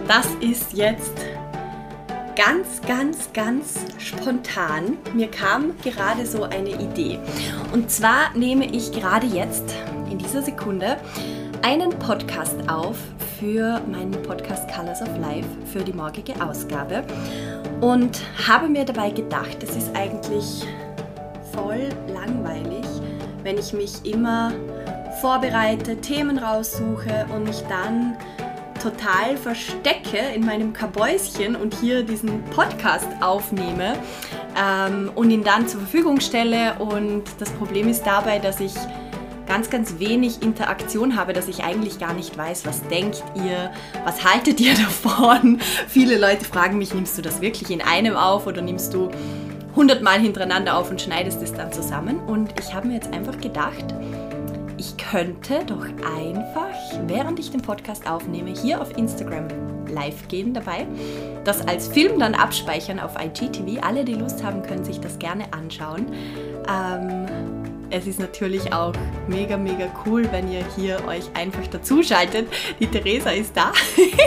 das ist jetzt ganz spontan. Mir kam gerade so eine Idee. Und zwar nehme ich gerade jetzt, in dieser Sekunde, einen Podcast auf für meinen Podcast Colors of Life, für die morgige Ausgabe. Und habe mir dabei gedacht, es ist eigentlich voll langweilig, wenn ich mich immer vorbereite, Themen raussuche und mich dann total verstecke in meinem Kabäuschen und hier diesen Podcast aufnehme und ihn dann zur Verfügung stelle. Und das Problem ist dabei, dass ich ganz wenig Interaktion habe, dass ich eigentlich gar nicht weiß, was denkt ihr, was haltet ihr davon? Viele Leute fragen mich, nimmst du das wirklich in einem auf oder nimmst du 100 Mal hintereinander auf und schneidest es dann zusammen? Und ich habe mir jetzt einfach gedacht, ich könnte doch einfach, während ich den Podcast aufnehme, hier auf Instagram live gehen dabei, das als Film dann abspeichern auf IGTV. Alle, die Lust haben, können sich das gerne anschauen. Es ist natürlich auch mega cool, wenn ihr hier euch einfach dazuschaltet. Die Theresa ist da.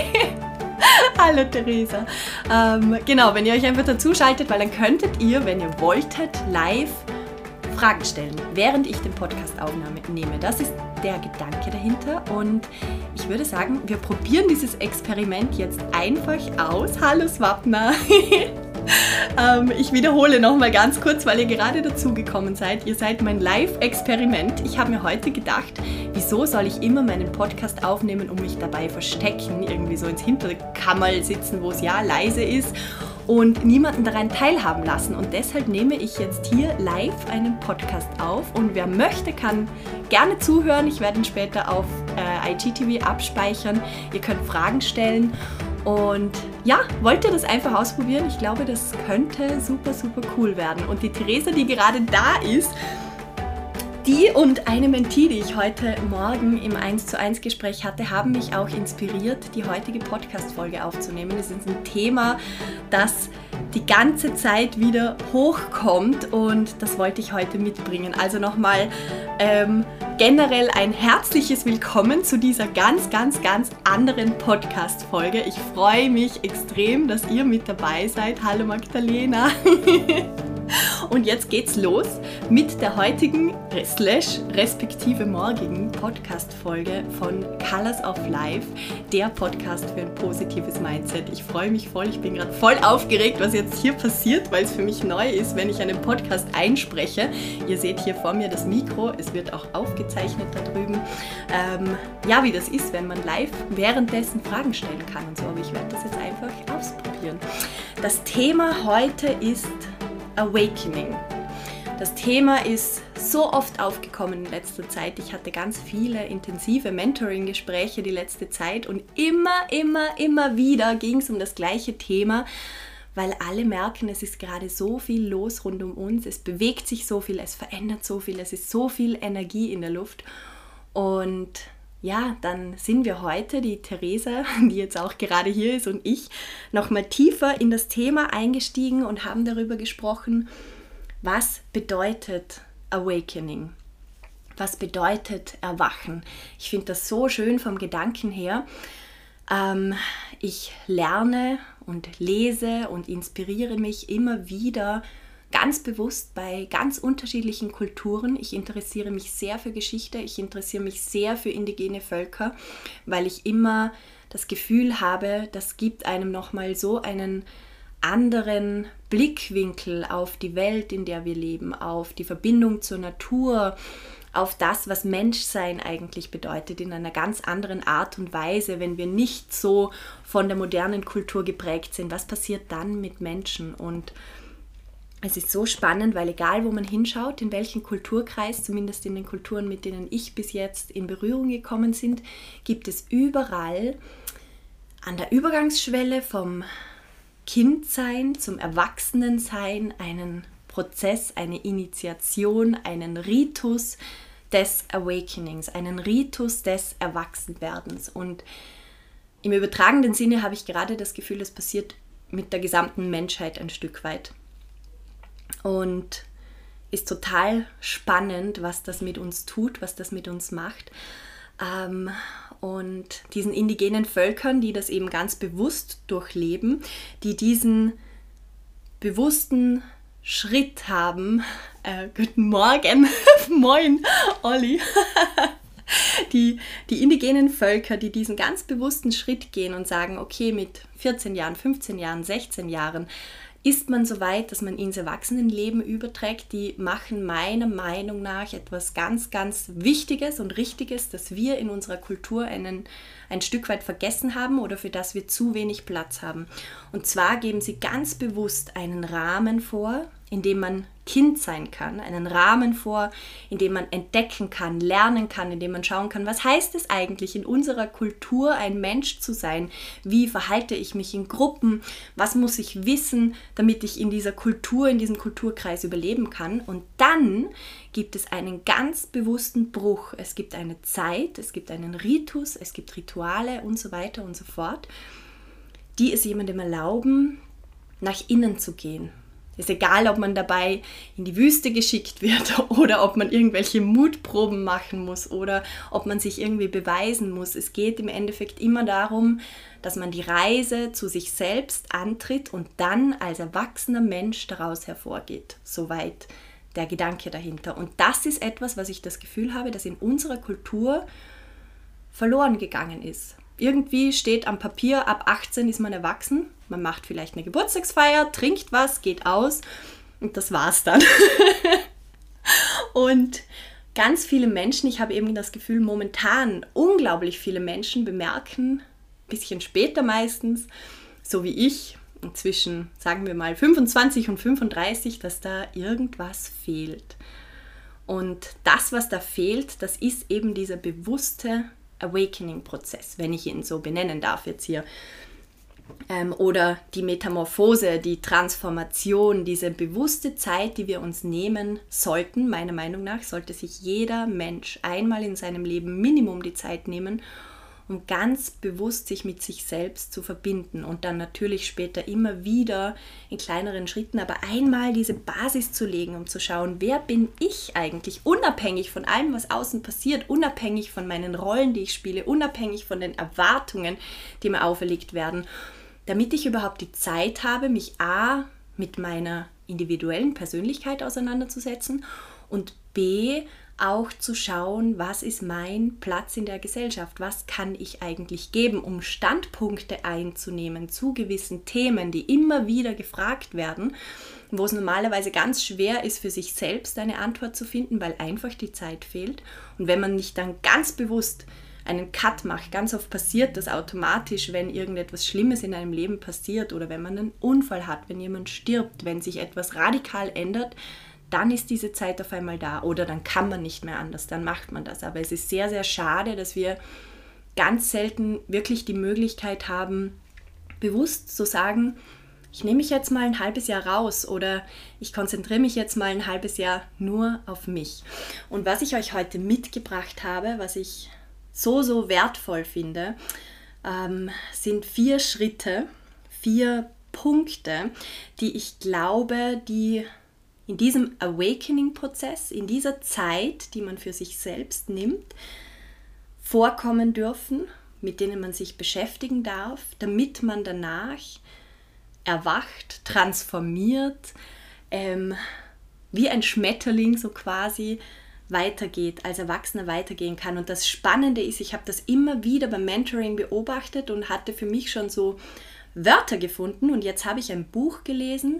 Hallo Theresa. Genau, wenn ihr euch einfach dazuschaltet, weil dann könntet ihr, wenn ihr wolltet, live Fragen stellen, während ich den Podcast aufnehme. Das ist der Gedanke dahinter und ich würde sagen, wir probieren dieses Experiment jetzt einfach aus. Hallo Swapna! Ich wiederhole nochmal ganz kurz, weil ihr gerade dazugekommen seid. Ihr seid mein Live-Experiment. Ich habe mir heute gedacht, wieso soll ich immer meinen Podcast aufnehmen und mich dabei verstecken, irgendwie so ins Hinterkammerl sitzen, wo es ja leise ist und niemanden daran teilhaben lassen. Und deshalb nehme ich jetzt hier live einen Podcast auf und wer möchte, kann gerne zuhören. Ich werde ihn später auf IGTV abspeichern. Ihr könnt Fragen stellen. Und ja, wollt ihr das einfach ausprobieren? Ich glaube, das könnte super cool werden. Und die Theresa, die gerade da ist, die und eine Mentee, die ich heute Morgen im 1:1 Gespräch hatte, haben mich auch inspiriert, die heutige Podcast-Folge aufzunehmen. Es ist ein Thema, das die ganze Zeit wieder hochkommt und das wollte ich heute mitbringen. Also nochmal generell ein herzliches Willkommen zu dieser ganz anderen Podcast-Folge. Ich freue mich extrem, dass ihr mit dabei seid. Hallo Magdalena! Und jetzt geht's los mit der heutigen respektive morgigen Podcast-Folge von Colors of Life, der Podcast für ein positives Mindset. Ich freue mich voll, ich bin gerade voll aufgeregt, was jetzt hier passiert, weil es für mich neu ist, wenn ich einen Podcast einspreche. Ihr seht hier vor mir das Mikro, es wird auch aufgezeichnet da drüben. Ja, wie das ist, wenn man live währenddessen Fragen stellen kann und so, aber ich werde das jetzt einfach ausprobieren. Das Thema heute ist Awakening. Das Thema ist so oft aufgekommen in letzter Zeit. Ich hatte ganz viele intensive Mentoring-Gespräche die letzte Zeit und immer wieder ging es um das gleiche Thema, weil alle merken, es ist gerade so viel los rund um uns, es bewegt sich so viel, es verändert so viel, es ist so viel Energie in der Luft und ja, dann sind wir heute, die Theresa, die jetzt auch gerade hier ist und ich, nochmal tiefer in das Thema eingestiegen und haben darüber gesprochen, was bedeutet Awakening? Was bedeutet Erwachen? Ich finde das so schön vom Gedanken her. Ich lerne und lese und inspiriere mich immer wieder ganz bewusst bei ganz unterschiedlichen Kulturen. Ich interessiere mich sehr für Geschichte, ich interessiere mich sehr für indigene Völker, weil ich immer das Gefühl habe, das gibt einem nochmal so einen anderen Blickwinkel auf die Welt, in der wir leben, auf die Verbindung zur Natur, auf das, was Menschsein eigentlich bedeutet, in einer ganz anderen Art und Weise, wenn wir nicht so von der modernen Kultur geprägt sind. Was passiert dann mit Menschen? Und es ist so spannend, weil egal wo man hinschaut, in welchen Kulturkreis, zumindest in den Kulturen, mit denen ich bis jetzt in Berührung gekommen bin, gibt es überall an der Übergangsschwelle vom Kindsein zum Erwachsenensein einen Prozess, eine Initiation, einen Ritus des Awakenings, einen Ritus des Erwachsenwerdens. Und im übertragenen Sinne habe ich gerade das Gefühl, das passiert mit der gesamten Menschheit ein Stück weit. Und ist total spannend, was das mit uns tut, was das mit uns macht. und diesen indigenen Völkern, die das eben ganz bewusst durchleben, die diesen bewussten Schritt haben. Guten Morgen, moin, Olli. Die indigenen Völker, die diesen ganz bewussten Schritt gehen und sagen, okay, mit 14 Jahren, 15 Jahren, 16 Jahren ist man so weit, dass man ins Erwachsenenleben überträgt, die machen meiner Meinung nach etwas ganz, ganz Wichtiges und Richtiges, das wir in unserer Kultur ein Stück weit vergessen haben oder für das wir zu wenig Platz haben. Und zwar geben sie ganz bewusst einen Rahmen vor, in dem man Kind sein kann, einen Rahmen vor, in dem man entdecken kann, lernen kann, in dem man schauen kann, was heißt es eigentlich in unserer Kultur, ein Mensch zu sein? Wie verhalte ich mich in Gruppen? Was muss ich wissen, damit ich in dieser Kultur, in diesem Kulturkreis überleben kann? Und dann gibt es einen ganz bewussten Bruch. Es gibt eine Zeit, es gibt einen Ritus, es gibt Rituale und so weiter und so fort, die es jemandem erlauben, nach innen zu gehen. Ist egal, ob man dabei in die Wüste geschickt wird oder ob man irgendwelche Mutproben machen muss oder ob man sich irgendwie beweisen muss. Es geht im Endeffekt immer darum, dass man die Reise zu sich selbst antritt und dann als erwachsener Mensch daraus hervorgeht. Soweit der Gedanke dahinter. Und das ist etwas, was ich das Gefühl habe, dass in unserer Kultur verloren gegangen ist. Irgendwie steht am Papier, ab 18 ist man erwachsen, man macht vielleicht eine Geburtstagsfeier, trinkt was, geht aus und das war's dann. Und ganz viele Menschen, ich habe eben das Gefühl, momentan unglaublich viele Menschen bemerken, ein bisschen später meistens, so wie ich, zwischen, sagen wir mal, 25 und 35, dass da irgendwas fehlt. Und das, was da fehlt, das ist eben dieser bewusste Awakening-Prozess, wenn ich ihn so benennen darf jetzt hier. Oder die Metamorphose, die Transformation, diese bewusste Zeit, die wir uns nehmen sollten. Meiner Meinung nach sollte sich jeder Mensch einmal in seinem Leben Minimum die Zeit nehmen, um ganz bewusst sich mit sich selbst zu verbinden und dann natürlich später immer wieder in kleineren Schritten, aber einmal diese Basis zu legen, um zu schauen, wer bin ich eigentlich, unabhängig von allem, was außen passiert, unabhängig von meinen Rollen, die ich spiele, unabhängig von den Erwartungen, die mir auferlegt werden, damit ich überhaupt die Zeit habe, mich A, mit meiner individuellen Persönlichkeit auseinanderzusetzen und B, auch zu schauen, was ist mein Platz in der Gesellschaft, was kann ich eigentlich geben, um Standpunkte einzunehmen zu gewissen Themen, die immer wieder gefragt werden, wo es normalerweise ganz schwer ist, für sich selbst eine Antwort zu finden, weil einfach die Zeit fehlt. Und wenn man nicht dann ganz bewusst einen Cut macht, ganz oft passiert das automatisch, wenn irgendetwas Schlimmes in einem Leben passiert oder wenn man einen Unfall hat, wenn jemand stirbt, wenn sich etwas radikal ändert, dann ist diese Zeit auf einmal da oder dann kann man nicht mehr anders, dann macht man das. Aber es ist sehr, sehr schade, dass wir ganz selten wirklich die Möglichkeit haben, bewusst zu sagen, ich nehme mich jetzt mal ein halbes Jahr raus oder ich konzentriere mich jetzt mal ein halbes Jahr nur auf mich. Und was ich euch heute mitgebracht habe, was ich so wertvoll finde, sind 4 Schritte, 4 Punkte, die ich glaube, die in diesem Awakening-Prozess, in dieser Zeit, die man für sich selbst nimmt, vorkommen dürfen, mit denen man sich beschäftigen darf, damit man danach erwacht, transformiert, wie ein Schmetterling so quasi weitergeht, als Erwachsener weitergehen kann. Und das Spannende ist, ich habe das immer wieder beim Mentoring beobachtet und hatte für mich schon so Wörter gefunden. Und jetzt habe ich ein Buch gelesen,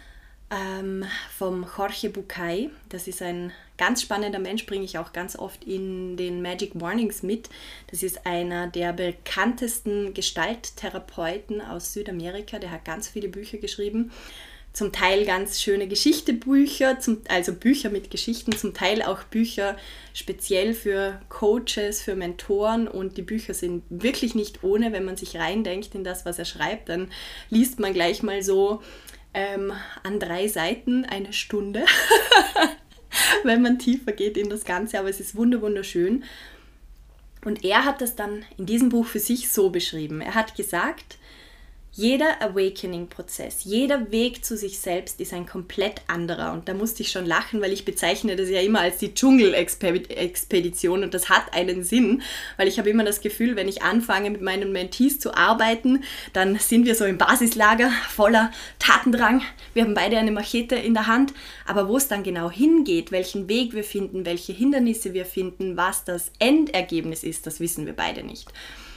vom Jorge Bucay. Das ist ein ganz spannender Mensch, bringe ich auch ganz oft in den Magic Mornings mit. Das ist einer der bekanntesten Gestalttherapeuten aus Südamerika. Der hat ganz viele Bücher geschrieben. Zum Teil ganz schöne Geschichtebücher, also Bücher mit Geschichten, zum Teil auch Bücher speziell für Coaches, für Mentoren. Und die Bücher sind wirklich nicht ohne, wenn man sich reindenkt in das, was er schreibt. Dann liest man gleich mal so an 3 Seiten eine Stunde, wenn man tiefer geht in das Ganze, aber es ist wunderschön. Und er hat das dann in diesem Buch für sich so beschrieben. Er hat gesagt, Jeder Awakening-Prozess, jeder Weg zu sich selbst ist ein komplett anderer. Und da musste ich schon lachen, weil ich bezeichne das ja immer als die Dschungelexpedition. Und das hat einen Sinn, weil ich habe immer das Gefühl, wenn ich anfange mit meinen Mentees zu arbeiten, dann sind wir so im Basislager voller Tatendrang. Wir haben beide eine Machete in der Hand. Aber wo es dann genau hingeht, welchen Weg wir finden, welche Hindernisse wir finden, was das Endergebnis ist, das wissen wir beide nicht.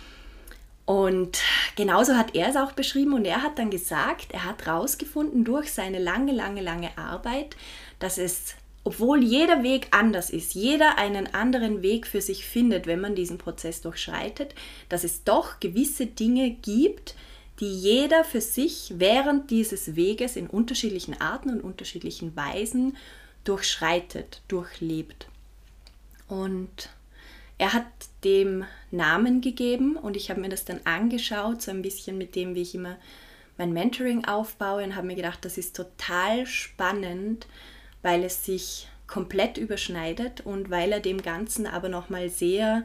Und genauso hat er es auch beschrieben und er hat dann gesagt, er hat herausgefunden durch seine lange Arbeit, dass es, obwohl jeder Weg anders ist, jeder einen anderen Weg für sich findet, wenn man diesen Prozess durchschreitet, dass es doch gewisse Dinge gibt, die jeder für sich während dieses Weges in unterschiedlichen Arten und unterschiedlichen Weisen durchschreitet, durchlebt. Und er hat dem Namen gegeben und ich habe mir das dann angeschaut, so ein bisschen mit dem, wie ich immer mein Mentoring aufbaue und habe mir gedacht, das ist total spannend, weil es sich komplett überschneidet und weil er dem Ganzen aber nochmal sehr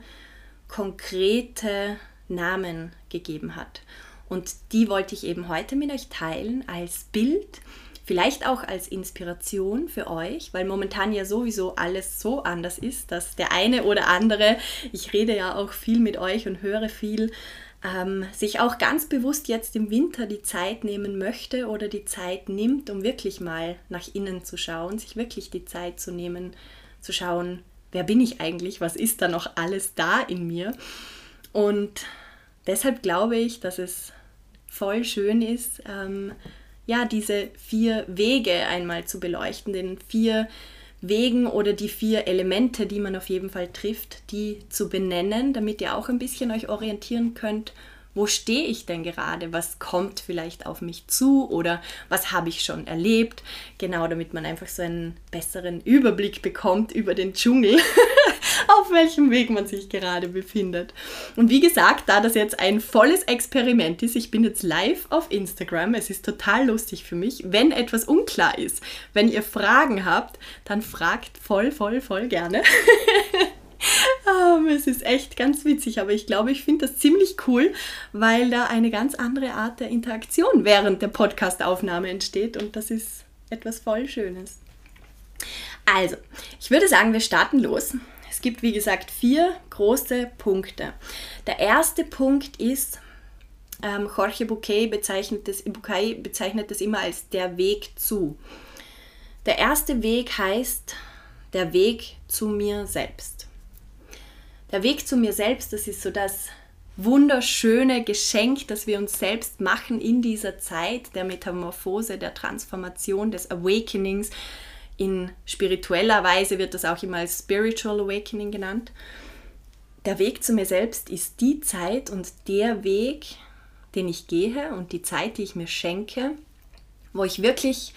konkrete Namen gegeben hat. Und die wollte ich eben heute mit euch teilen als Bild, vielleicht auch als Inspiration für euch, weil momentan ja sowieso alles so anders ist, dass der eine oder andere, ich rede ja auch viel mit euch und höre viel, sich auch ganz bewusst jetzt im Winter die Zeit nehmen möchte oder die Zeit nimmt, um wirklich mal nach innen zu schauen, sich wirklich die Zeit zu nehmen, zu schauen, wer bin ich eigentlich, was ist da noch alles da in mir. Und deshalb glaube ich, dass es voll schön ist, diese 4 Wege einmal zu beleuchten, den 4 Wegen oder die 4 Elemente, die man auf jeden Fall trifft, die zu benennen, damit ihr auch ein bisschen euch orientieren könnt, wo stehe ich denn gerade, was kommt vielleicht auf mich zu oder was habe ich schon erlebt, genau, damit man einfach so einen besseren Überblick bekommt über den Dschungel, auf welchem Weg man sich gerade befindet. Und wie gesagt, da das jetzt ein volles Experiment ist, ich bin jetzt live auf Instagram, es ist total lustig für mich, wenn etwas unklar ist, wenn ihr Fragen habt, dann fragt voll gerne. Es ist echt ganz witzig, aber ich glaube, ich finde das ziemlich cool, weil da eine ganz andere Art der Interaktion während der Podcast-Aufnahme entsteht und das ist etwas voll Schönes. Also, ich würde sagen, wir starten los. Es gibt, wie gesagt, 4 große Punkte. Der erste Punkt ist, Jorge Bucay bezeichnet das immer als der Weg zu. Der erste Weg heißt der Weg zu mir selbst. Der Weg zu mir selbst, das ist so das wunderschöne Geschenk, das wir uns selbst machen in dieser Zeit der Metamorphose, der Transformation, des Awakenings. In spiritueller Weise wird das auch immer als Spiritual Awakening genannt. Der Weg zu mir selbst ist die Zeit und der Weg, den ich gehe und die Zeit, die ich mir schenke, wo ich wirklich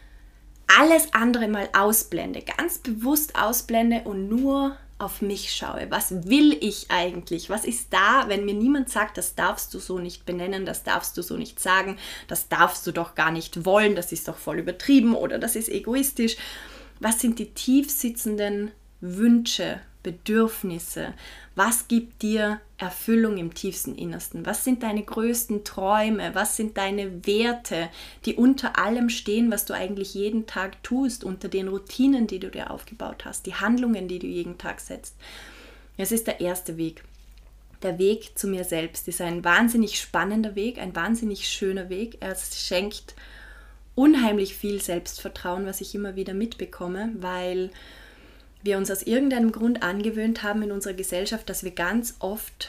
alles andere mal ausblende, ganz bewusst ausblende und nur auf mich schaue. Was will ich eigentlich? Was ist da, wenn mir niemand sagt, das darfst du so nicht benennen, das darfst du so nicht sagen, das darfst du doch gar nicht wollen, das ist doch voll übertrieben oder das ist egoistisch. Was sind die tief sitzenden Wünsche, Bedürfnisse? Was gibt dir Erfüllung im tiefsten Innersten? Was sind deine größten Träume? Was sind deine Werte, die unter allem stehen, was du eigentlich jeden Tag tust, unter den Routinen, die du dir aufgebaut hast, die Handlungen, die du jeden Tag setzt? Das ist der erste Weg. Der Weg zu mir selbst ist ein wahnsinnig spannender Weg, ein wahnsinnig schöner Weg. Er schenkt unheimlich viel Selbstvertrauen, was ich immer wieder mitbekomme, weil wir uns aus irgendeinem Grund angewöhnt haben in unserer Gesellschaft, dass wir ganz oft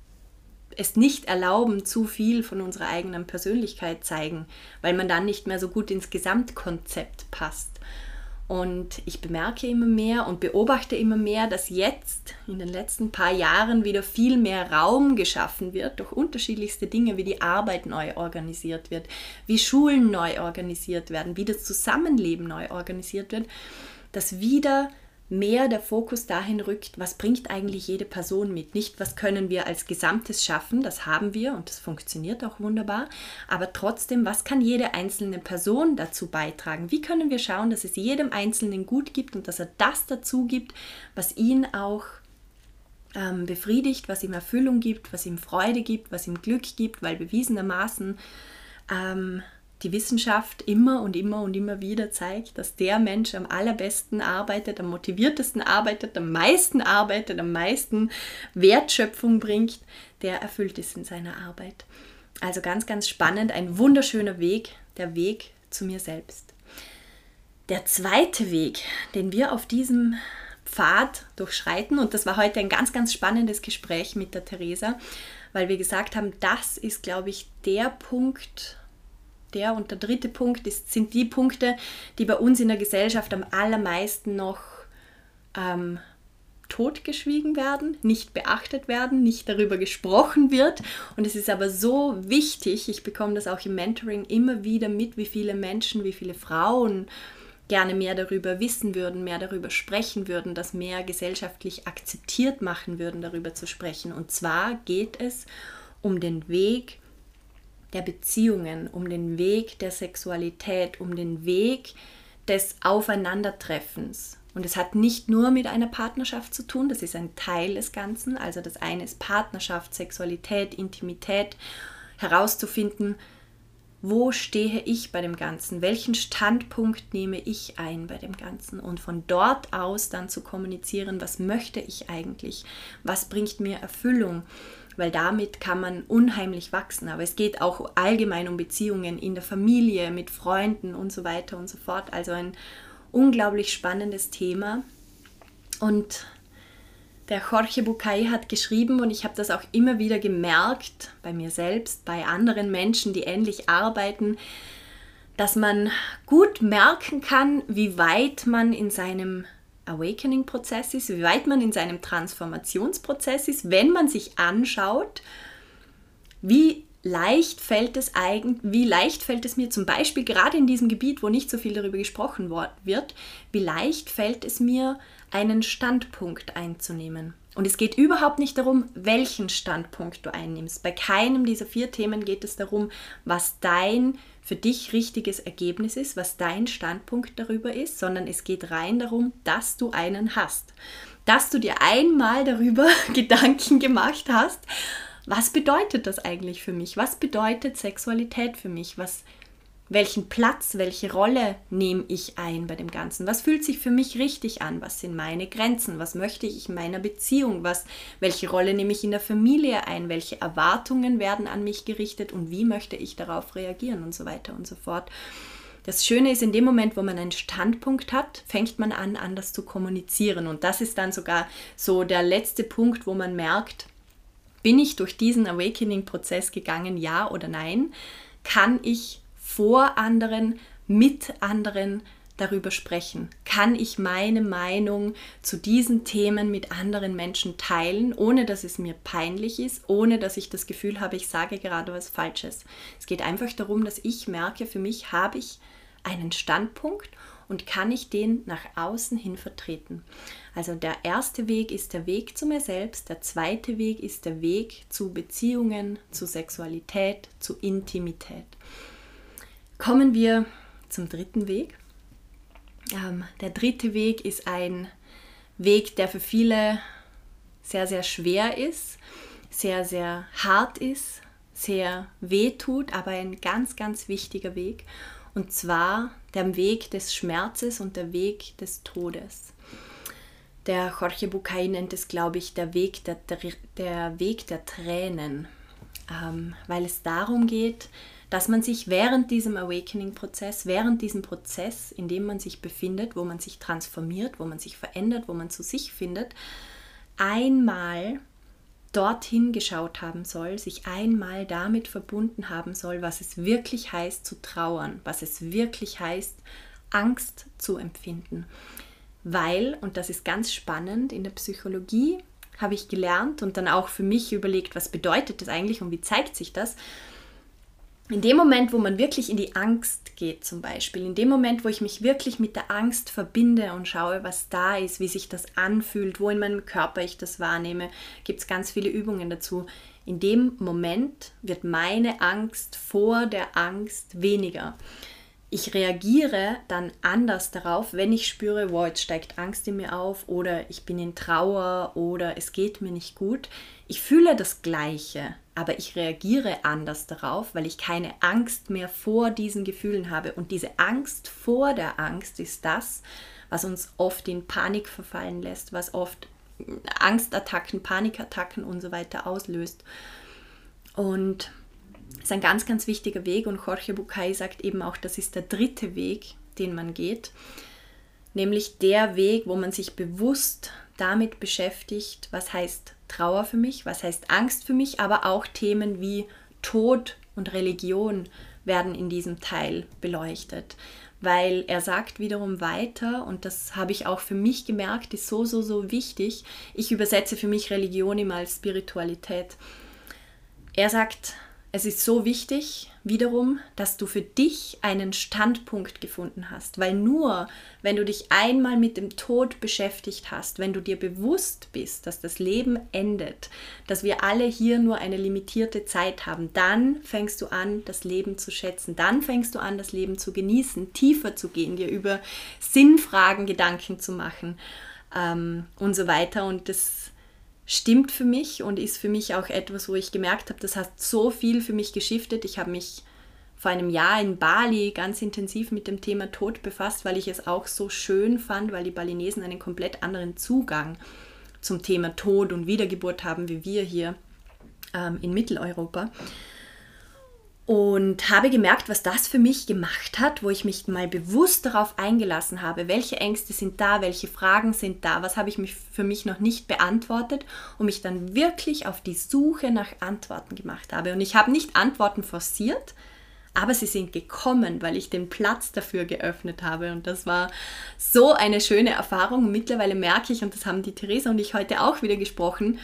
es nicht erlauben, zu viel von unserer eigenen Persönlichkeit zeigen, weil man dann nicht mehr so gut ins Gesamtkonzept passt. Und ich bemerke immer mehr und beobachte immer mehr, dass jetzt in den letzten paar Jahren wieder viel mehr Raum geschaffen wird durch unterschiedlichste Dinge, wie die Arbeit neu organisiert wird, wie Schulen neu organisiert werden, wie das Zusammenleben neu organisiert wird, dass wieder mehr der Fokus dahin rückt, was bringt eigentlich jede Person mit. Nicht, was können wir als Gesamtes schaffen, das haben wir und das funktioniert auch wunderbar, aber trotzdem, was kann jede einzelne Person dazu beitragen? Wie können wir schauen, dass es jedem Einzelnen gut gibt und dass er das dazu gibt, was ihn auch befriedigt, was ihm Erfüllung gibt, was ihm Freude gibt, was ihm Glück gibt, weil bewiesenermaßen die Wissenschaft immer und immer und immer wieder zeigt, dass der Mensch am allerbesten arbeitet, am motiviertesten arbeitet, am meisten Wertschöpfung bringt, der erfüllt ist in seiner Arbeit. Also ganz, ganz spannend, ein wunderschöner Weg, der Weg zu mir selbst. Der zweite Weg, den wir auf diesem Pfad durchschreiten, und das war heute ein ganz, ganz spannendes Gespräch mit der Theresa, weil wir gesagt haben, das ist, glaube ich, der Punkt, der und der dritte Punkt sind die Punkte, die bei uns in der Gesellschaft am allermeisten noch totgeschwiegen werden, nicht beachtet werden, nicht darüber gesprochen wird. Und es ist aber so wichtig, ich bekomme das auch im Mentoring immer wieder mit, wie viele Menschen, wie viele Frauen gerne mehr darüber wissen würden, mehr darüber sprechen würden, das mehr gesellschaftlich akzeptiert machen würden, darüber zu sprechen. Und zwar geht es um den Weg der Beziehungen, um den Weg der Sexualität, um den Weg des Aufeinandertreffens. Und es hat nicht nur mit einer Partnerschaft zu tun, das ist ein Teil des Ganzen. Also das eine ist Partnerschaft, Sexualität, Intimität, herauszufinden, wo stehe ich bei dem Ganzen, welchen Standpunkt nehme ich ein bei dem Ganzen und von dort aus dann zu kommunizieren, was möchte ich eigentlich, was bringt mir Erfüllung, weil damit kann man unheimlich wachsen. Aber es geht auch allgemein um Beziehungen in der Familie, mit Freunden und so weiter und so fort. Also ein unglaublich spannendes Thema. Und der Jorge Bucay hat geschrieben, und ich habe das auch immer wieder gemerkt, bei mir selbst, bei anderen Menschen, die ähnlich arbeiten, dass man gut merken kann, wie weit man in seinem Awakening-Prozess ist, wie weit man in seinem Transformationsprozess ist, wenn man sich anschaut, wie leicht fällt es mir zum Beispiel gerade in diesem Gebiet, wo nicht so viel darüber gesprochen wird, wie leicht fällt es mir, einen Standpunkt einzunehmen. Und es geht überhaupt nicht darum, welchen Standpunkt du einnimmst. Bei keinem dieser 4 Themen geht es darum, was dein für dich richtiges Ergebnis ist, was dein Standpunkt darüber ist, sondern es geht rein darum, dass du einen hast. Dass du dir einmal darüber Gedanken gemacht hast, was bedeutet das eigentlich für mich? Was bedeutet Sexualität für mich? Welchen Platz, welche Rolle nehme ich ein bei dem Ganzen? Was fühlt sich für mich richtig an? Was sind meine Grenzen? Was möchte ich in meiner Beziehung? Welche Rolle nehme ich in der Familie ein? Welche Erwartungen werden an mich gerichtet und wie möchte ich darauf reagieren und so weiter und so fort. Das Schöne ist, in dem Moment, wo man einen Standpunkt hat, fängt man an, anders zu kommunizieren. Und das ist dann sogar so der letzte Punkt, wo man merkt, bin ich durch diesen Awakening-Prozess gegangen, ja oder nein? Kann ich vor anderen, mit anderen darüber sprechen? Kann ich meine Meinung zu diesen Themen mit anderen Menschen teilen, ohne dass es mir peinlich ist, ohne dass ich das Gefühl habe, ich sage gerade was Falsches? Es geht einfach darum, dass ich merke, für mich habe ich einen Standpunkt und kann ich den nach außen hin vertreten. Also der erste Weg ist der Weg zu mir selbst, der zweite Weg ist der Weg zu Beziehungen, zu Sexualität, zu Intimität. Kommen wir zum dritten Weg. Der dritte Weg ist ein Weg, der für viele sehr, sehr schwer ist, sehr, sehr hart ist, sehr weh tut, aber ein ganz, ganz wichtiger Weg. Und zwar der Weg des Schmerzes und der Weg des Todes. Der Jorge Bucay nennt es, glaube ich, der Weg der Tränen, weil es darum geht, dass man sich während diesem Awakening-Prozess, während diesem Prozess, in dem man sich befindet, wo man sich transformiert, wo man sich verändert, wo man zu sich findet, einmal dorthin geschaut haben soll, sich einmal damit verbunden haben soll, was es wirklich heißt zu trauern, was es wirklich heißt, Angst zu empfinden. Weil, und das ist ganz spannend, in der Psychologie habe ich gelernt und dann auch für mich überlegt, was bedeutet das eigentlich und wie zeigt sich das? In dem Moment, wo man wirklich in die Angst geht zum Beispiel, in dem Moment, wo ich mich wirklich mit der Angst verbinde und schaue, was da ist, wie sich das anfühlt, wo in meinem Körper ich das wahrnehme, gibt es ganz viele Übungen dazu. In dem Moment wird meine Angst vor der Angst weniger. ich reagiere dann anders darauf, wenn ich spüre, wow, jetzt steigt Angst in mir auf oder ich bin in Trauer oder es geht mir nicht gut. Ich fühle das Gleiche, aber ich reagiere anders darauf, weil ich keine Angst mehr vor diesen Gefühlen habe. Und diese Angst vor der Angst ist das, was uns oft in Panik verfallen lässt, was oft Angstattacken, Panikattacken und so weiter auslöst. Und das ist ein ganz, ganz wichtiger Weg und Jorge Bucay sagt eben auch, das ist der dritte Weg, den man geht, nämlich der Weg, wo man sich bewusst damit beschäftigt, was heißt Trauer für mich, was heißt Angst für mich, aber auch Themen wie Tod und Religion werden in diesem Teil beleuchtet, weil er sagt wiederum weiter, und das habe ich auch für mich gemerkt, ist so, so, so wichtig, ich übersetze für mich Religion immer als Spiritualität. Er sagt, es ist so wichtig, wiederum, dass du für dich einen Standpunkt gefunden hast, weil nur, wenn du dich einmal mit dem Tod beschäftigt hast, wenn du dir bewusst bist, dass das Leben endet, dass wir alle hier nur eine limitierte Zeit haben, dann fängst du an, das Leben zu schätzen, dann fängst du an, das Leben zu genießen, tiefer zu gehen, dir über Sinnfragen Gedanken zu machen und so weiter. Und das stimmt für mich und ist für mich auch etwas, wo ich gemerkt habe, das hat so viel für mich geschiftet. Ich habe mich vor einem Jahr in Bali ganz intensiv mit dem Thema Tod befasst, weil ich es auch so schön fand, weil die Balinesen einen komplett anderen Zugang zum Thema Tod und Wiedergeburt haben, wie wir hier in Mitteleuropa. Und habe gemerkt, was das für mich gemacht hat, wo ich mich mal bewusst darauf eingelassen habe, welche Ängste sind da, welche Fragen sind da, was habe ich für mich noch nicht beantwortet und mich dann wirklich auf die Suche nach Antworten gemacht habe. Und ich habe nicht Antworten forciert, aber sie sind gekommen, weil ich den Platz dafür geöffnet habe. Und das war so eine schöne Erfahrung. Und mittlerweile merke ich, und das haben die Theresa und ich heute auch wieder gesprochen,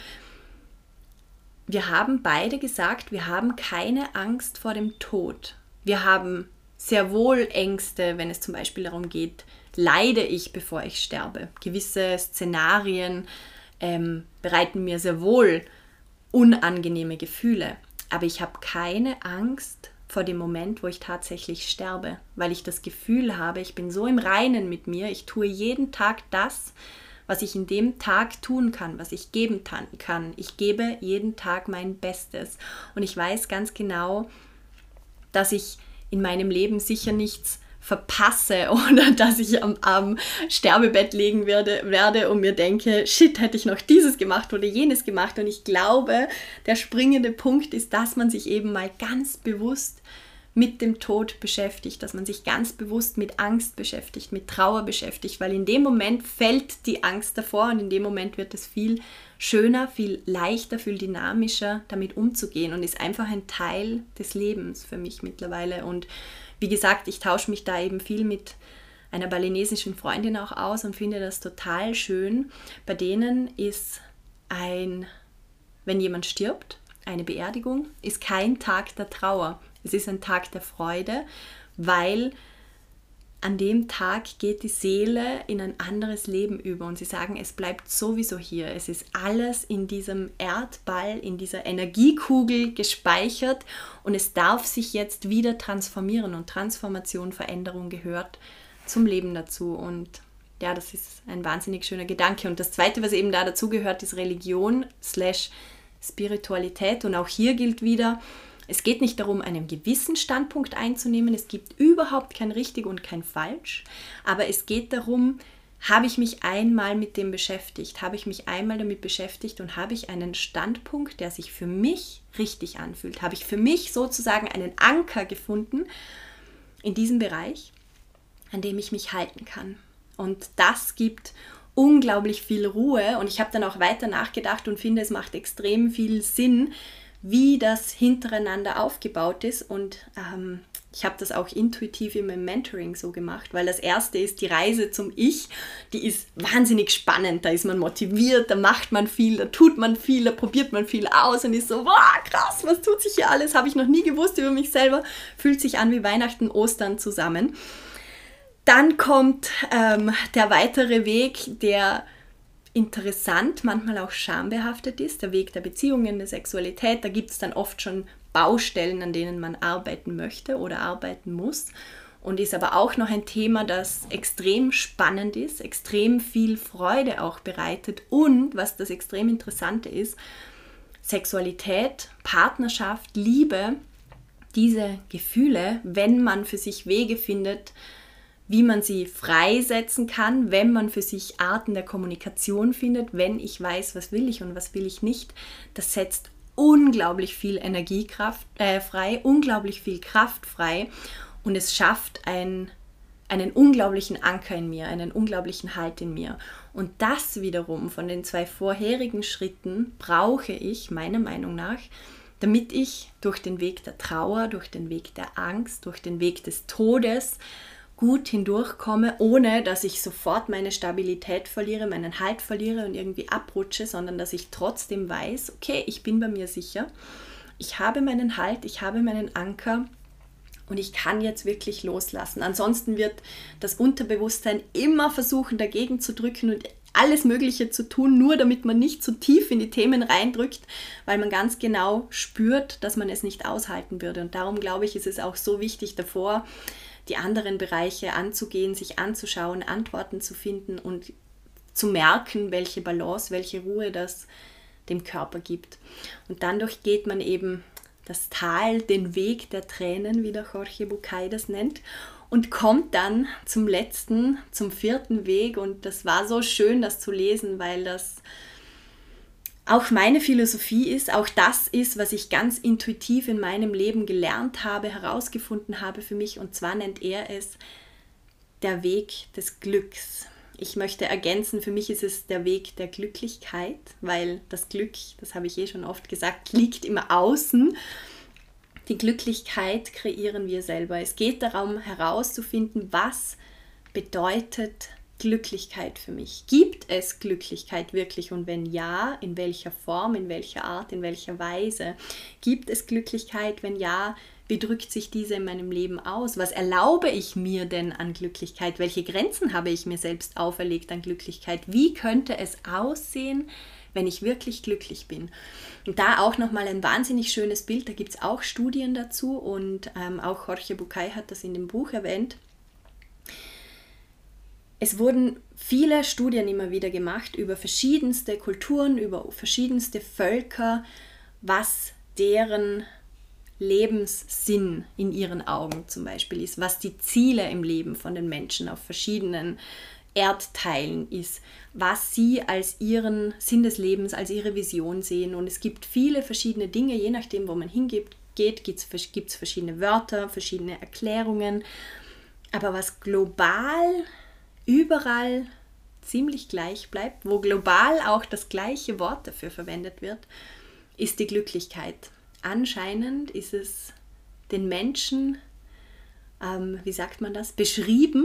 wir haben beide gesagt, wir haben keine Angst vor dem Tod. Wir haben sehr wohl Ängste, wenn es zum Beispiel darum geht, leide ich, bevor ich sterbe. Gewisse Szenarien bereiten mir sehr wohl unangenehme Gefühle. Aber ich habe keine Angst vor dem Moment, wo ich tatsächlich sterbe, weil ich das Gefühl habe, ich bin so im Reinen mit mir, ich tue jeden Tag das, was ich in dem Tag tun kann, was ich geben kann. Ich gebe jeden Tag mein Bestes. Und ich weiß ganz genau, dass ich in meinem Leben sicher nichts verpasse oder dass ich am Sterbebett liegen werde und mir denke, shit, hätte ich noch dieses gemacht oder jenes gemacht. Und ich glaube, der springende Punkt ist, dass man sich eben mal ganz bewusst mit dem Tod beschäftigt, dass man sich ganz bewusst mit Angst beschäftigt, mit Trauer beschäftigt, weil in dem Moment fällt die Angst davor und in dem Moment wird es viel schöner, viel leichter, viel dynamischer, damit umzugehen und ist einfach ein Teil des Lebens für mich mittlerweile. Und wie gesagt, ich tausche mich da eben viel mit einer balinesischen Freundin auch aus und finde das total schön. Bei denen ist wenn jemand stirbt, eine Beerdigung, ist kein Tag der Trauer. Es ist ein Tag der Freude, weil an dem Tag geht die Seele in ein anderes Leben über und sie sagen, es bleibt sowieso hier. Es ist alles in diesem Erdball, in dieser Energiekugel gespeichert und es darf sich jetzt wieder transformieren und Transformation, Veränderung gehört zum Leben dazu und ja, das ist ein wahnsinnig schöner Gedanke. Und das Zweite, was eben da dazu gehört, ist Religion / Spiritualität und auch hier gilt wieder, es geht nicht darum, einen gewissen Standpunkt einzunehmen. Es gibt überhaupt kein richtig und kein falsch. Aber es geht darum, habe ich mich einmal mit dem beschäftigt? Habe ich mich einmal damit beschäftigt und habe ich einen Standpunkt, der sich für mich richtig anfühlt? Habe ich für mich sozusagen einen Anker gefunden in diesem Bereich, an dem ich mich halten kann? Und das gibt unglaublich viel Ruhe. Und ich habe dann auch weiter nachgedacht und finde, es macht extrem viel Sinn, wie das hintereinander aufgebaut ist und ich habe das auch intuitiv in meinem Mentoring so gemacht, weil das erste ist die Reise zum Ich, die ist wahnsinnig spannend, da ist man motiviert, da macht man viel, da tut man viel, da probiert man viel aus und ist so, wow, krass, was tut sich hier alles, habe ich noch nie gewusst über mich selber, fühlt sich an wie Weihnachten, Ostern zusammen. Dann kommt der weitere Weg, der interessant, manchmal auch schambehaftet ist, der Weg der Beziehungen, der Sexualität, da gibt es dann oft schon Baustellen, an denen man arbeiten möchte oder arbeiten muss. und ist aber auch noch ein Thema, das extrem spannend ist, extrem viel Freude auch bereitet und, was das extrem Interessante ist, Sexualität, Partnerschaft, Liebe, diese Gefühle, wenn man für sich Wege findet, wie man sie freisetzen kann, wenn man für sich Arten der Kommunikation findet, wenn ich weiß, was will ich und was will ich nicht, das setzt unglaublich viel Energiekraft frei, unglaublich viel Kraft frei und es schafft einen unglaublichen Anker in mir, einen unglaublichen Halt in mir. Und das wiederum von den 2 vorherigen Schritten brauche ich meiner Meinung nach, damit ich durch den Weg der Trauer, durch den Weg der Angst, durch den Weg des Todes gut hindurchkomme, ohne dass ich sofort meine Stabilität verliere, meinen Halt verliere und irgendwie abrutsche, sondern dass ich trotzdem weiß, okay, ich bin bei mir sicher, ich habe meinen Halt, ich habe meinen Anker und ich kann jetzt wirklich loslassen. Ansonsten wird das Unterbewusstsein immer versuchen, dagegen zu drücken und alles Mögliche zu tun, nur damit man nicht zu tief in die Themen reindrückt, weil man ganz genau spürt, dass man es nicht aushalten würde. Und darum glaube ich, ist es auch so wichtig davor, die anderen Bereiche anzugehen, sich anzuschauen, Antworten zu finden und zu merken, welche Balance, welche Ruhe das dem Körper gibt. Und dann durchgeht man eben das Tal, den Weg der Tränen, wie der Jorge Bucay das nennt, und kommt dann zum 4. Weg. Und das war so schön, das zu lesen, weil das auch meine Philosophie ist, auch das ist, was ich ganz intuitiv in meinem Leben gelernt habe, herausgefunden habe für mich. Und zwar nennt er es der Weg des Glücks. Ich möchte ergänzen, für mich ist es der Weg der Glücklichkeit, weil das Glück, das habe ich schon oft gesagt, liegt im Außen. Die Glücklichkeit kreieren wir selber. Es geht darum, herauszufinden, was bedeutet Glücklichkeit für mich. Gibt es Glücklichkeit wirklich? Und wenn ja, in welcher Form, in welcher Art, in welcher Weise? Gibt es Glücklichkeit? Wenn ja, wie drückt sich diese in meinem Leben aus? Was erlaube ich mir denn an Glücklichkeit? Welche Grenzen habe ich mir selbst auferlegt an Glücklichkeit? Wie könnte es aussehen, wenn ich wirklich glücklich bin? Und da auch nochmal ein wahnsinnig schönes Bild, da gibt es auch Studien dazu und auch Jorge Bucay hat das in dem Buch erwähnt. Es wurden viele Studien immer wieder gemacht über verschiedenste Kulturen, über verschiedenste Völker, was deren Lebenssinn in ihren Augen zum Beispiel ist, was die Ziele im Leben von den Menschen auf verschiedenen Erdteilen ist, was sie als ihren Sinn des Lebens, als ihre Vision sehen. Und es gibt viele verschiedene Dinge, je nachdem, wo man hingeht, gibt es verschiedene Wörter, verschiedene Erklärungen. Aber was global überall ziemlich gleich bleibt, wo global auch das gleiche Wort dafür verwendet wird, ist die Glücklichkeit. Anscheinend ist es den Menschen, wie sagt man das, beschrieben.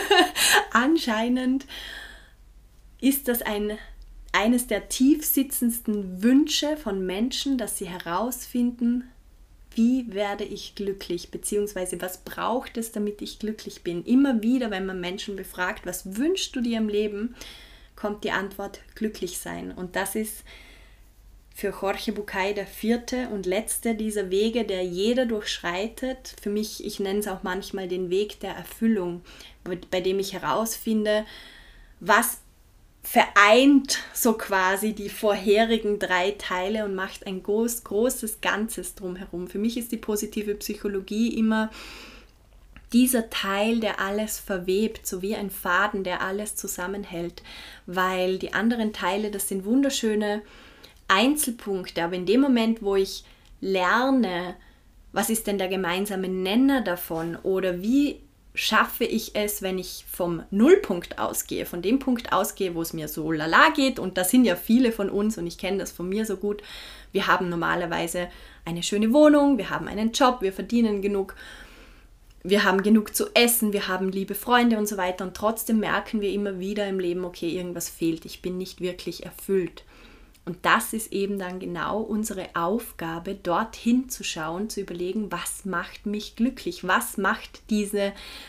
Anscheinend ist das eines der tiefsitzendsten Wünsche von Menschen, dass sie herausfinden, wie werde ich glücklich, beziehungsweise was braucht es, damit ich glücklich bin. Immer wieder, wenn man Menschen befragt, was wünschst du dir im Leben, kommt die Antwort glücklich sein. Und das ist für Jorge Bucay der 4. und letzte dieser Wege, der jeder durchschreitet. Für mich, ich nenne es auch manchmal den Weg der Erfüllung, bei dem ich herausfinde, was vereint so quasi die vorherigen 3 Teile und macht ein großes Ganzes drumherum. Für mich ist die positive Psychologie immer dieser Teil, der alles verwebt, so wie ein Faden, der alles zusammenhält, weil die anderen Teile, das sind wunderschöne Einzelpunkte, aber in dem Moment, wo ich lerne, was ist denn der gemeinsame Nenner davon oder wie schaffe ich es, wenn ich vom Nullpunkt ausgehe, von dem Punkt ausgehe, wo es mir so lala geht, und da sind ja viele von uns und ich kenne das von mir so gut, wir haben normalerweise eine schöne Wohnung, wir haben einen Job, wir verdienen genug, wir haben genug zu essen, wir haben liebe Freunde und so weiter und trotzdem merken wir immer wieder im Leben, okay, irgendwas fehlt, ich bin nicht wirklich erfüllt. Und das ist eben dann genau unsere Aufgabe, dorthin zu schauen, zu überlegen, was macht mich glücklich, was macht diesen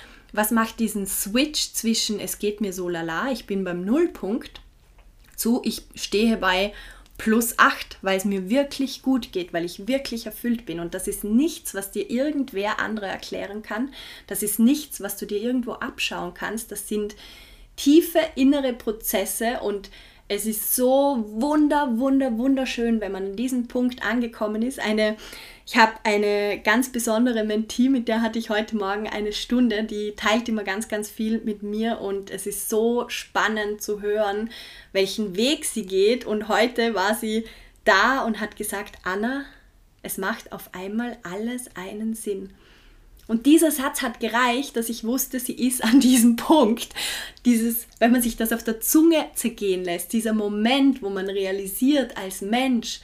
Switch zwischen es geht mir so lala, ich bin beim Nullpunkt, zu ich stehe bei +8, weil es mir wirklich gut geht, weil ich wirklich erfüllt bin. Und das ist nichts, was dir irgendwer andere erklären kann. Das ist nichts, was du dir irgendwo abschauen kannst. Das sind tiefe innere Prozesse und es ist so wunderschön, wenn man an diesem Punkt angekommen ist. Ich habe eine ganz besondere Mentee, mit der hatte ich heute Morgen eine Stunde, die teilt immer ganz viel mit mir und es ist so spannend zu hören, welchen Weg sie geht. Und heute war sie da und hat gesagt, Anna, es macht auf einmal alles einen Sinn. Und dieser Satz hat gereicht, dass ich wusste, sie ist an diesem Punkt. Wenn man sich das auf der Zunge zergehen lässt, dieser Moment, wo man realisiert als Mensch,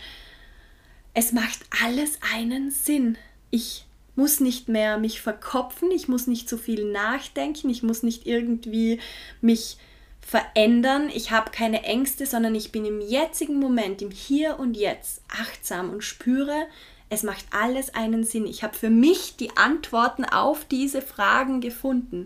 es macht alles einen Sinn. Ich muss nicht mehr mich verkopfen, ich muss nicht so viel nachdenken, ich muss nicht irgendwie mich verändern, ich habe keine Ängste, sondern ich bin im jetzigen Moment, im Hier und Jetzt achtsam und spüre, es macht alles einen Sinn. Ich habe für mich die Antworten auf diese Fragen gefunden.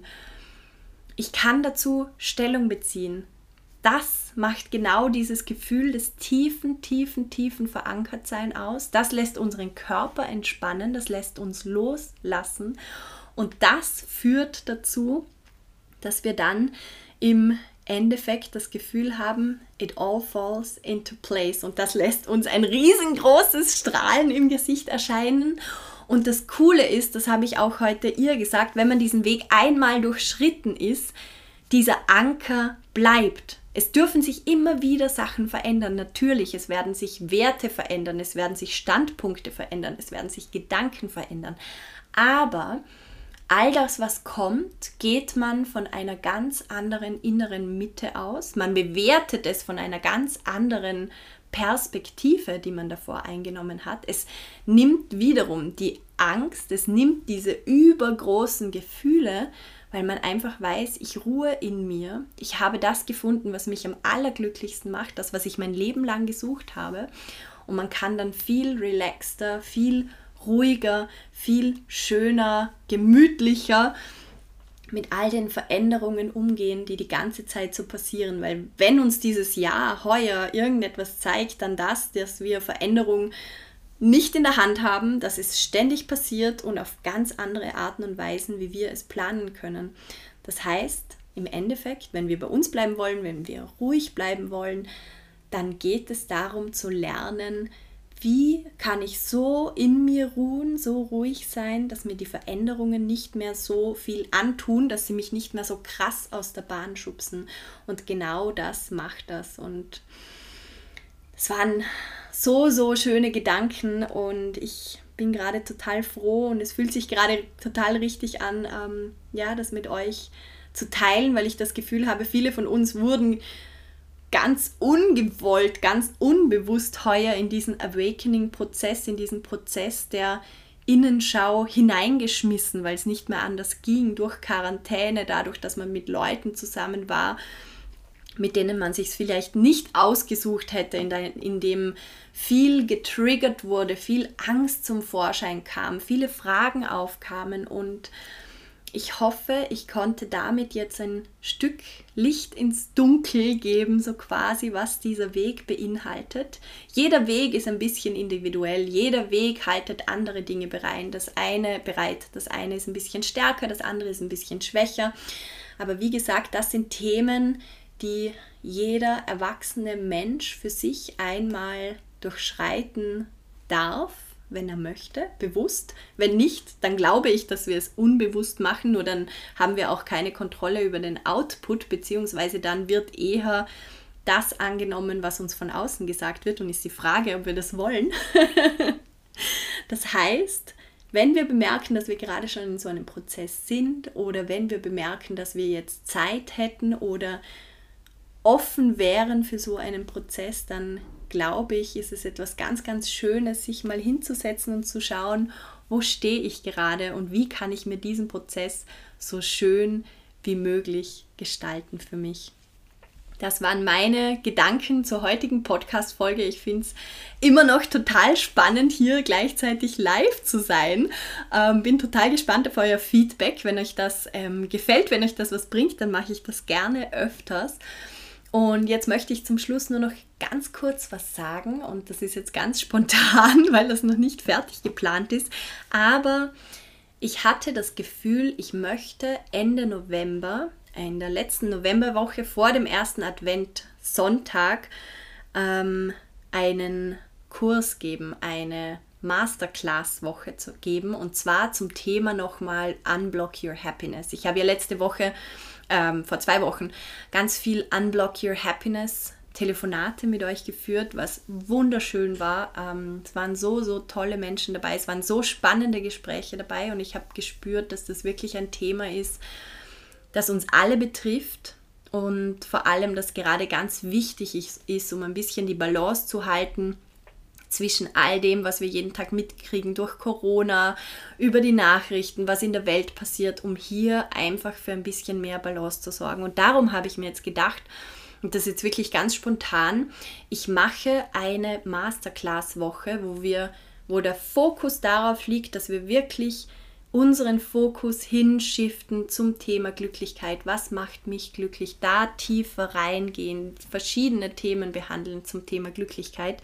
Ich kann dazu Stellung beziehen. Das macht genau dieses Gefühl des tiefen Verankertsein aus. Das lässt unseren Körper entspannen, das lässt uns loslassen. Und das führt dazu, dass wir dann im Endeffekt das Gefühl haben, it all falls into place. Und das lässt uns ein riesengroßes Strahlen im Gesicht erscheinen. Und das Coole ist, das habe ich auch heute ihr gesagt, wenn man diesen Weg einmal durchschritten ist, dieser Anker bleibt. Es dürfen sich immer wieder Sachen verändern. Natürlich, es werden sich Werte verändern, es werden sich Standpunkte verändern, es werden sich Gedanken verändern. Aber all das, was kommt, geht man von einer ganz anderen inneren Mitte aus. Man bewertet es von einer ganz anderen Perspektive, die man davor eingenommen hat. Es nimmt wiederum die Angst, es nimmt diese übergroßen Gefühle, weil man einfach weiß, ich ruhe in mir. Ich habe das gefunden, was mich am allerglücklichsten macht, das, was ich mein Leben lang gesucht habe. Und man kann dann viel relaxter, viel ruhiger, viel schöner, gemütlicher mit all den Veränderungen umgehen, die die ganze Zeit so passieren. Weil wenn uns dieses Jahr, heuer irgendetwas zeigt, dann das, dass wir Veränderungen nicht in der Hand haben, dass es ständig passiert und auf ganz andere Arten und Weisen, wie wir es planen können. Das heißt, im Endeffekt, wenn wir bei uns bleiben wollen, wenn wir ruhig bleiben wollen, dann geht es darum zu lernen, wie kann ich so in mir ruhen, so ruhig sein, dass mir die Veränderungen nicht mehr so viel antun, dass sie mich nicht mehr so krass aus der Bahn schubsen. Und genau das macht das. Und es waren so schöne Gedanken und ich bin gerade total froh und es fühlt sich gerade total richtig an, das mit euch zu teilen, weil ich das Gefühl habe, viele von uns wurden ganz ungewollt, ganz unbewusst heuer in diesen Awakening-Prozess, in diesen Prozess der Innenschau hineingeschmissen, weil es nicht mehr anders ging, durch Quarantäne, dadurch, dass man mit Leuten zusammen war, mit denen man sich vielleicht nicht ausgesucht hätte, in dem viel getriggert wurde, viel Angst zum Vorschein kam, viele Fragen aufkamen und ich hoffe, ich konnte damit jetzt ein Stück Licht ins Dunkel geben, so quasi, was dieser Weg beinhaltet. Jeder Weg ist ein bisschen individuell, jeder Weg haltet andere Dinge bereit. Das eine ist ein bisschen stärker, das andere ist ein bisschen schwächer. Aber wie gesagt, das sind Themen, die jeder erwachsene Mensch für sich einmal durchschreiten darf, wenn er möchte, bewusst. Wenn nicht, dann glaube ich, dass wir es unbewusst machen, nur dann haben wir auch keine Kontrolle über den Output, beziehungsweise dann wird eher das angenommen, was uns von außen gesagt wird und ist die Frage, ob wir das wollen. Das heißt, wenn wir bemerken, dass wir gerade schon in so einem Prozess sind oder wenn wir bemerken, dass wir jetzt Zeit hätten oder offen wären für so einen Prozess, dann glaube ich, ist es etwas ganz Schönes, sich mal hinzusetzen und zu schauen, wo stehe ich gerade und wie kann ich mir diesen Prozess so schön wie möglich gestalten für mich. Das waren meine Gedanken zur heutigen Podcast-Folge. Ich finde es immer noch total spannend, hier gleichzeitig live zu sein. Bin total gespannt auf euer Feedback. Wenn euch das gefällt, wenn euch das was bringt, dann mache ich das gerne öfters. Und jetzt möchte ich zum Schluss nur noch ganz kurz was sagen und das ist jetzt ganz spontan, weil das noch nicht fertig geplant ist, aber ich hatte das Gefühl, ich möchte Ende November, in der letzten Novemberwoche vor dem ersten Advent-Sonntag, einen Kurs geben, eine Masterclass-Woche zu geben und zwar zum Thema nochmal Unblock Your Happiness. Ich habe ja letzte Woche, vor 2 Wochen, ganz viel Unblock Your Happiness Telefonate mit euch geführt, was wunderschön war. Es waren so tolle Menschen dabei, es waren so spannende Gespräche dabei und ich habe gespürt, dass das wirklich ein Thema ist, das uns alle betrifft und vor allem, das gerade ganz wichtig ist, um ein bisschen die Balance zu halten zwischen all dem, was wir jeden Tag mitkriegen durch Corona, über die Nachrichten, was in der Welt passiert, um hier einfach für ein bisschen mehr Balance zu sorgen. Und darum habe ich mir jetzt gedacht, und das ist jetzt wirklich ganz spontan, ich mache eine Masterclass-Woche, wo der Fokus darauf liegt, dass wir wirklich unseren Fokus hinschiften zum Thema Glücklichkeit. Was macht mich glücklich? Da tiefer reingehen, verschiedene Themen behandeln zum Thema Glücklichkeit.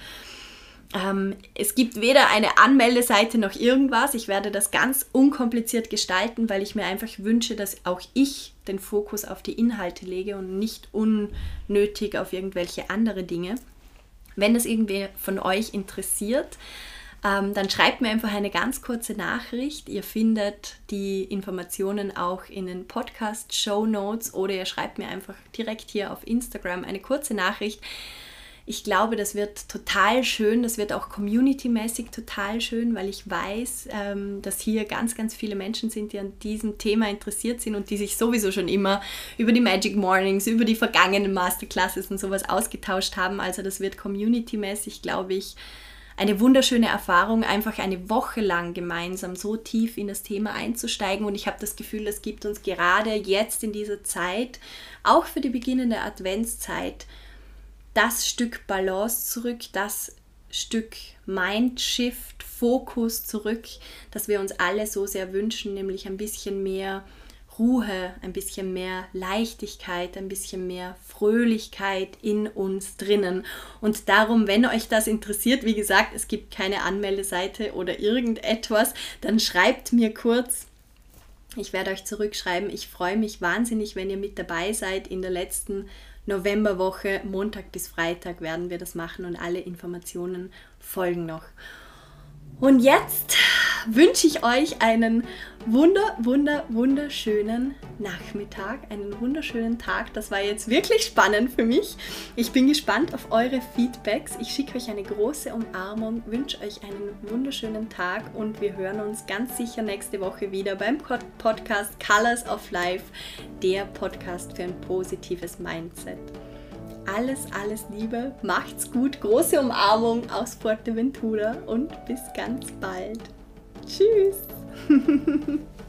Es gibt weder eine Anmeldeseite noch irgendwas. Ich werde das ganz unkompliziert gestalten, weil ich mir einfach wünsche, dass auch ich den Fokus auf die Inhalte lege und nicht unnötig auf irgendwelche andere Dinge. Wenn das irgendwie von euch interessiert, dann schreibt mir einfach eine ganz kurze Nachricht. Ihr findet die Informationen auch in den Podcast-Shownotes oder ihr schreibt mir einfach direkt hier auf Instagram eine kurze Nachricht. Ich glaube, das wird total schön, das wird auch community-mäßig total schön, weil ich weiß, dass hier ganz, ganz viele Menschen sind, die an diesem Thema interessiert sind und die sich sowieso schon immer über die Magic Mornings, über die vergangenen Masterclasses und sowas ausgetauscht haben. Also das wird community-mäßig, glaube ich, eine wunderschöne Erfahrung, einfach eine Woche lang gemeinsam so tief in das Thema einzusteigen. Und ich habe das Gefühl, das gibt uns gerade jetzt in dieser Zeit, auch für die beginnende Adventszeit, das Stück Balance zurück, das Stück Mindshift, Fokus zurück, das wir uns alle so sehr wünschen, nämlich ein bisschen mehr Ruhe, ein bisschen mehr Leichtigkeit, ein bisschen mehr Fröhlichkeit in uns drinnen. Und darum, wenn euch das interessiert, wie gesagt, es gibt keine Anmeldeseite oder irgendetwas, dann schreibt mir kurz. Ich werde euch zurückschreiben. Ich freue mich wahnsinnig, wenn ihr mit dabei seid. In der letzten Novemberwoche, Montag bis Freitag werden wir das machen und alle Informationen folgen noch. Und jetzt wünsche ich euch einen wunderschönen Nachmittag, einen wunderschönen Tag. Das war jetzt wirklich spannend für mich. Ich bin gespannt auf eure Feedbacks. Ich schicke euch eine große Umarmung, wünsche euch einen wunderschönen Tag und wir hören uns ganz sicher nächste Woche wieder beim Podcast Colors of Life, der Podcast für ein positives Mindset. Alles Liebe, macht's gut, große Umarmung aus Fuerteventura und bis ganz bald. Tschüss!